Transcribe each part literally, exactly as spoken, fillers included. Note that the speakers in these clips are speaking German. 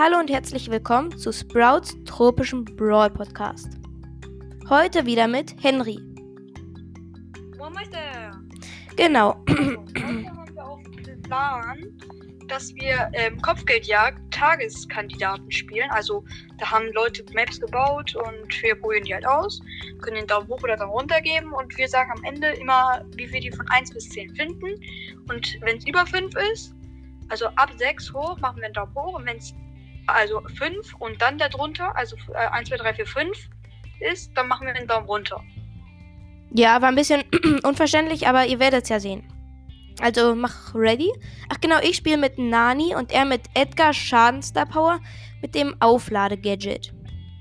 Hallo und herzlich willkommen zu Sprouts tropischem Brawl Podcast. Heute wieder mit Henry. Moin Meister! Genau. Also, heute haben wir auch den Plan, dass wir ähm, Kopfgeldjagd Tageskandidaten spielen. Also da haben Leute Maps gebaut und wir probieren die halt aus, können den Daumen hoch oder Daumen runter geben und wir sagen am Ende immer, wie wir die von eins bis zehn finden. Und wenn es über fünf ist, also ab sechs hoch, machen wir einen Daumen hoch, und wenn es also fünf und dann darunter, also äh, eins, zwei, drei, vier, fünf ist, dann machen wir einen Daumen runter. Ja, war ein bisschen unverständlich, aber ihr werdet es ja sehen. Also mach ready. Ach genau, ich spiele mit Nani und er mit Edgar Schadenstar Power mit dem Auflade-Gadget.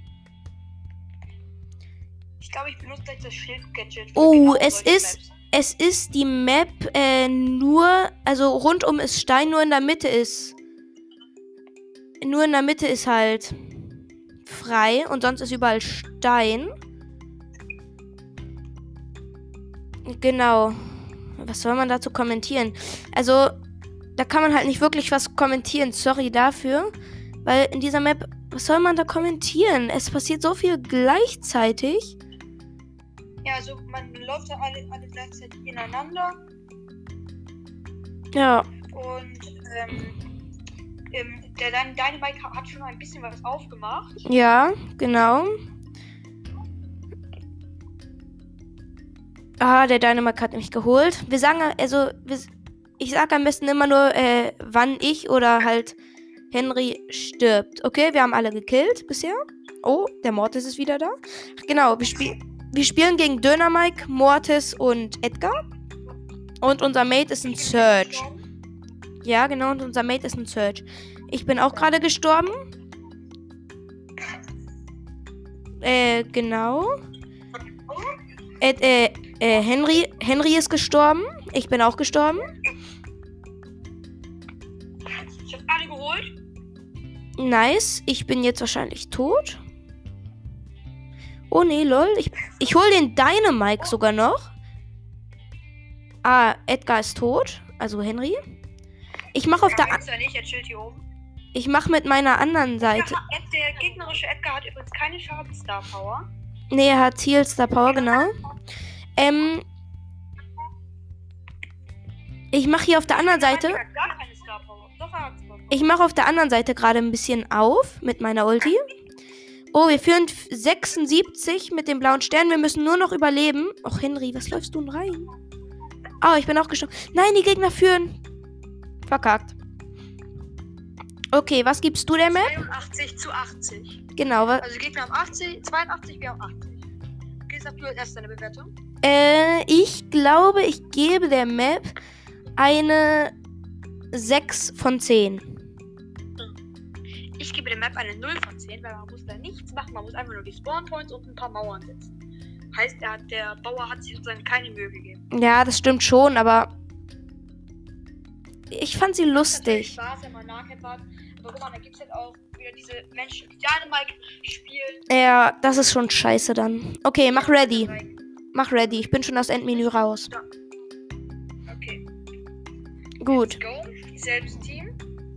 Ich glaube, ich benutze gleich das Schild-Gadget. Oh, genau es solche ist, Maps. es ist die Map äh, nur, also rundum ist Stein, nur in der Mitte ist, nur in der Mitte ist halt frei und sonst ist überall Stein. Genau. Was soll man dazu kommentieren? Also, da kann man halt nicht wirklich was kommentieren. Sorry dafür. Weil in dieser Map, was soll man da kommentieren? Es passiert so viel gleichzeitig. Ja, also man läuft da alle, alle gleichzeitig ineinander Ja. und ähm, ähm, der Dein- Dynamite hat schon ein bisschen was aufgemacht. Ja, genau. Ah, der Dynamite hat mich geholt. Wir sagen, also, wir, ich sage am besten immer nur, äh, wann ich oder halt Henry stirbt. Okay, wir haben alle gekillt bisher. Oh, der Mortis ist wieder da. Genau, wir, spiel wir spielen gegen Dynamite, Mortis und Edgar. Und unser Mate ist ein Surge. Ja, genau, und unser Mate ist ein Surge. Ich bin auch gerade gestorben. Äh, genau. Äh, äh, äh, Henry, Henry ist gestorben. Ich bin auch gestorben. Ich hab alle geholt. Nice. Ich bin jetzt wahrscheinlich tot. Oh nee, lol. Ich, ich hol den Dynamite sogar noch. Ah, Edgar ist tot. Also Henry. Ich mach auf der... Ja, ja nicht, er chillt hier oben. Ich mach mit meiner anderen Seite... Der, der gegnerische Edgar hat übrigens keine Schadenstar Power. Nee, er hat Heal Star Power, genau. Ähm... Ich mache hier auf der anderen Seite... Er hat gar keine Star Power. Doch, er hat Star Power. Ich mache auf der anderen Seite gerade ein bisschen auf mit meiner Ulti. Oh, wir führen sechsundsiebzig mit dem blauen Stern. Wir müssen nur noch überleben. Och, Henry, was läufst du denn rein? Oh, ich bin auch gestorben. Nein, die Gegner führen. Verkackt. Okay, was gibst du der Map? zweiundachtzig zu achtzig. Genau, wa- Also Gegner haben achtzig, zweiundachtzig, wir haben achtzig. Okay, sag du als erst deine Bewertung. äh, ich glaube, ich gebe der Map eine sechs von zehn. Ich gebe der Map eine null von zehn, weil man muss da nichts machen. Man muss einfach nur die Spawn Points und ein paar Mauern setzen. Heißt, er hat, der Bauer hat sich sozusagen keine Mühe gegeben. Ja, das stimmt schon, aber ich fand sie Natürlich lustig. Spaß, wenn man nachkämpft. Aber guck mal, da gibt es halt auch wieder diese Menschen, die Dynamite spielen. Ja, das ist schon scheiße dann. Okay, mach ready. Mach ready. Ich bin schon aus Endmenü raus. Okay, Gut. let's go. Selbes Team.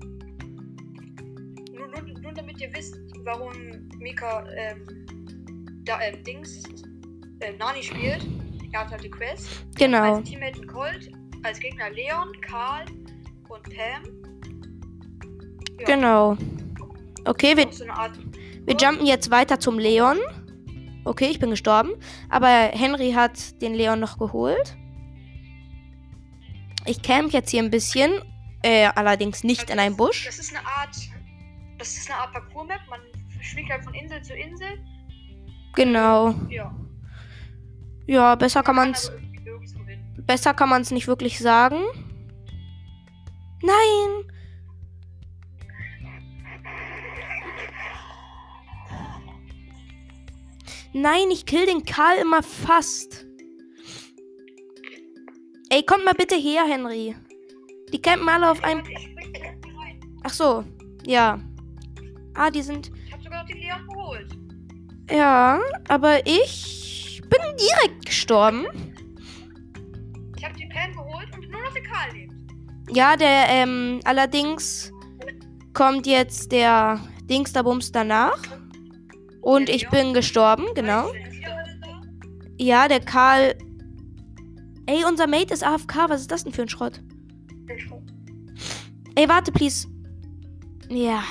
Nur, nur, nur damit ihr wisst, warum Mika ähm, da, ähm, Dings äh, Nani spielt. Er hat halt die Quest. Genau. Als Teammate Colt, als Gegner Leon, Karl und Pam. Ja, Genau. Okay, wir, auch so eine Art. wir jumpen jetzt weiter zum Leon. Okay, ich bin gestorben. Aber Henry hat den Leon noch geholt. Ich camp jetzt hier ein bisschen. Äh, allerdings nicht in einem Busch. Das ist eine Art. Das ist eine Art Parcours-Map. Man fliegt halt von Insel zu Insel. Genau. Ja. Ja, besser kann man's, aber irgendwie nirgendwo hin. besser kann man's nicht wirklich sagen. Nein! Nein, ich kill den Karl immer fast. Ey, kommt mal bitte her, Henry. Die campen alle auf einem... Warte, ich spring da irgendwie rein. Ach so, ja. Ah, die sind... Ich hab sogar den Leon geholt. Ja, aber ich bin direkt gestorben. Ich hab die Pam geholt und nur noch der Karl lebt. Ja, der, ähm, allerdings kommt jetzt der Dingsterbums danach. Und ich bin gestorben, genau. Ja, der Karl. Ey, unser Mate ist A F K. Was ist das denn für ein Schrott? Ey, warte, please. Ja.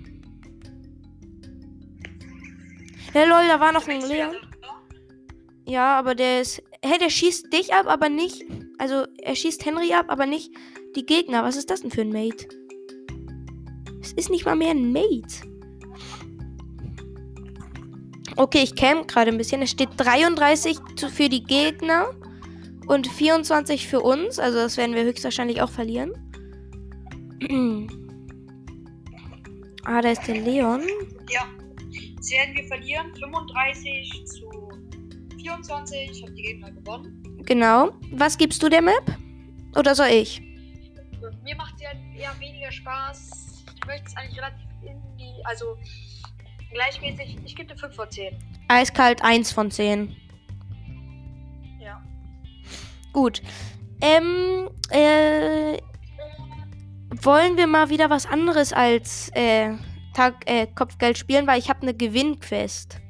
Ja, lol, da war noch ein Leon. Ja, aber der ist... Hey, der schießt dich ab, aber nicht... Also, er schießt Henry ab, aber nicht die Gegner. Was ist das denn für ein Mate? Es ist nicht mal mehr ein Mate. Okay, ich camp gerade ein bisschen. Es steht dreiunddreißig zu- für die Gegner und vierundzwanzig für uns. Also, das werden wir höchstwahrscheinlich auch verlieren. Ah, da ist der Leon. Ja, das werden wir verlieren. fünfunddreißig zu vierundzwanzig. Ich habe die Gegner gewonnen. Genau. Was gibst du der Map? Oder soll ich? Mir macht sie halt eher weniger Spaß. Ich möchte es eigentlich relativ in die, also gleichmäßig. Ich gebe dir fünf von zehn. Eiskalt eins von zehn. Ja. Gut. Ähm, äh, wollen wir mal wieder was anderes als äh, Tag, äh, Kopfgeld spielen, weil ich habe eine Gewinnquest.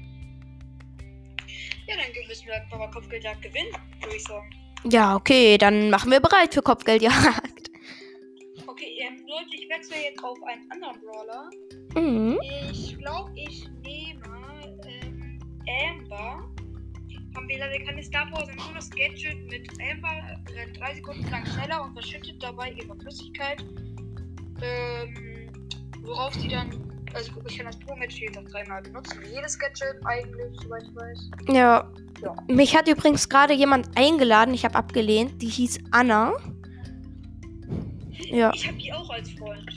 Ja, dann müssen wir einfach mal Kopfgeldjagd gewinnen, würde ich sagen. Ja, okay, dann machen wir bereit für Kopfgeldjagd. Okay, ähm, Leute, ich wechsle jetzt auf einen anderen Brawler. Mhm. Ich glaube, ich nehme ähm, Amber. Haben wir leider keine Star Power, sondern nur das Gadget mit Amber rennt drei Sekunden lang schneller und verschüttet dabei ihre Flüssigkeit. Ähm, worauf sie dann, also ich kann das Pro-Match auch dreimal benutzen. Wie jedes Gadget eigentlich, soweit ich weiß. Ja. Ja. Mich hat übrigens gerade jemand eingeladen, ich habe abgelehnt. Die hieß Anna. Ja. Ich habe die auch als Freund.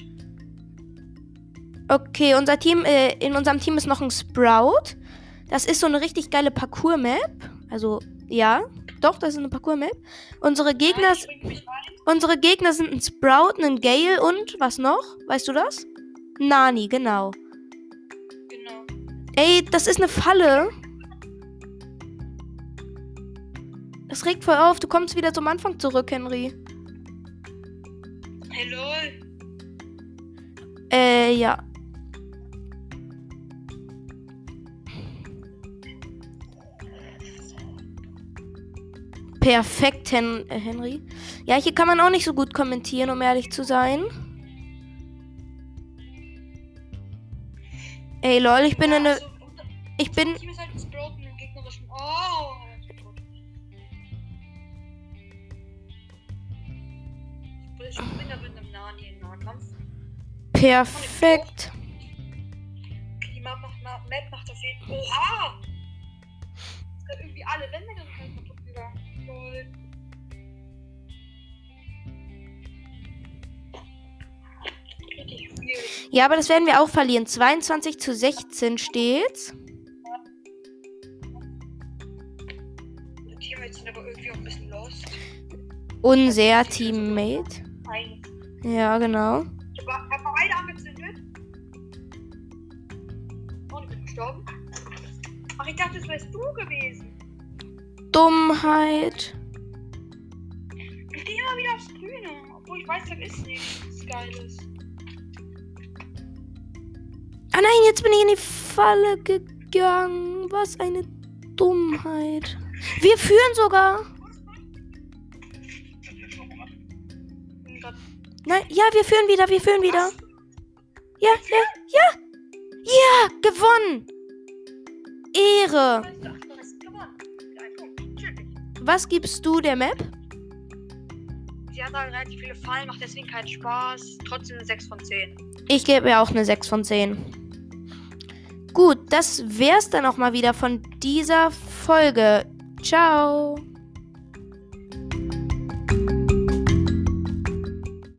Okay, unser Team, äh, in unserem Team ist noch ein Sprout. Das ist so eine richtig geile Parkour-Map. Also, ja. Doch, das ist eine Parkour-Map. Unsere Gegner, Nein, ich bring mich rein. unsere Gegner sind ein Sprout, ein Gale und was noch? Weißt du das? Nani, genau. Genau. Ey, das ist eine Falle. Es regt voll auf. Du kommst wieder zum Anfang zurück, Henry. Hey, lol. Äh, ja. Perfekt, Hen äh, Henry. Ja, hier kann man auch nicht so gut kommentieren, um ehrlich zu sein. Ey, lol, ich bin in Ja, eine... also, unser- Ich bin... Team ist halt ein Sprout mit dem gegnerischen. Oh! Ich bin tot. Ich bin Gewinnerin im Nani im Nahkampf. Perfekt. Okay, die Map macht, Ma- Map macht auf jeden Fall. Oha! Es sind irgendwie alle Länder ganz kaputt gegangen. Lol. Richtig viel. Ja, aber das werden wir auch verlieren. zweiundzwanzig zu sechzehn steht's. Die Teammates sind aber irgendwie auch ein bisschen lost. Unser Teammate. Ein. Ja, genau. Ich hab hab mal beide angezündet. Und ich bin gestorben. Ach, ich dachte, das wärst du gewesen. Dummheit. Ich gehe immer wieder aufs Grüne. Obwohl ich weiß, das ist nichts Geiles. Ah nein, jetzt bin ich in die Falle gegangen. Was eine Dummheit. Wir führen sogar. Und grad- Nein, ja, wir führen wieder, wir führen wieder. Ja, ja, ja. Ja, gewonnen. Ehre. Ich dachte, du hast gewonnen. Mit einem Punkt. Natürlich. Was gibst du der Map? Sie hat halt relativ viele Fallen, macht deswegen keinen Spaß. Trotzdem eine sechs von zehn. Ich gebe ihr auch eine sechs von zehn. Gut, das wär's dann auch mal wieder von dieser Folge. Ciao.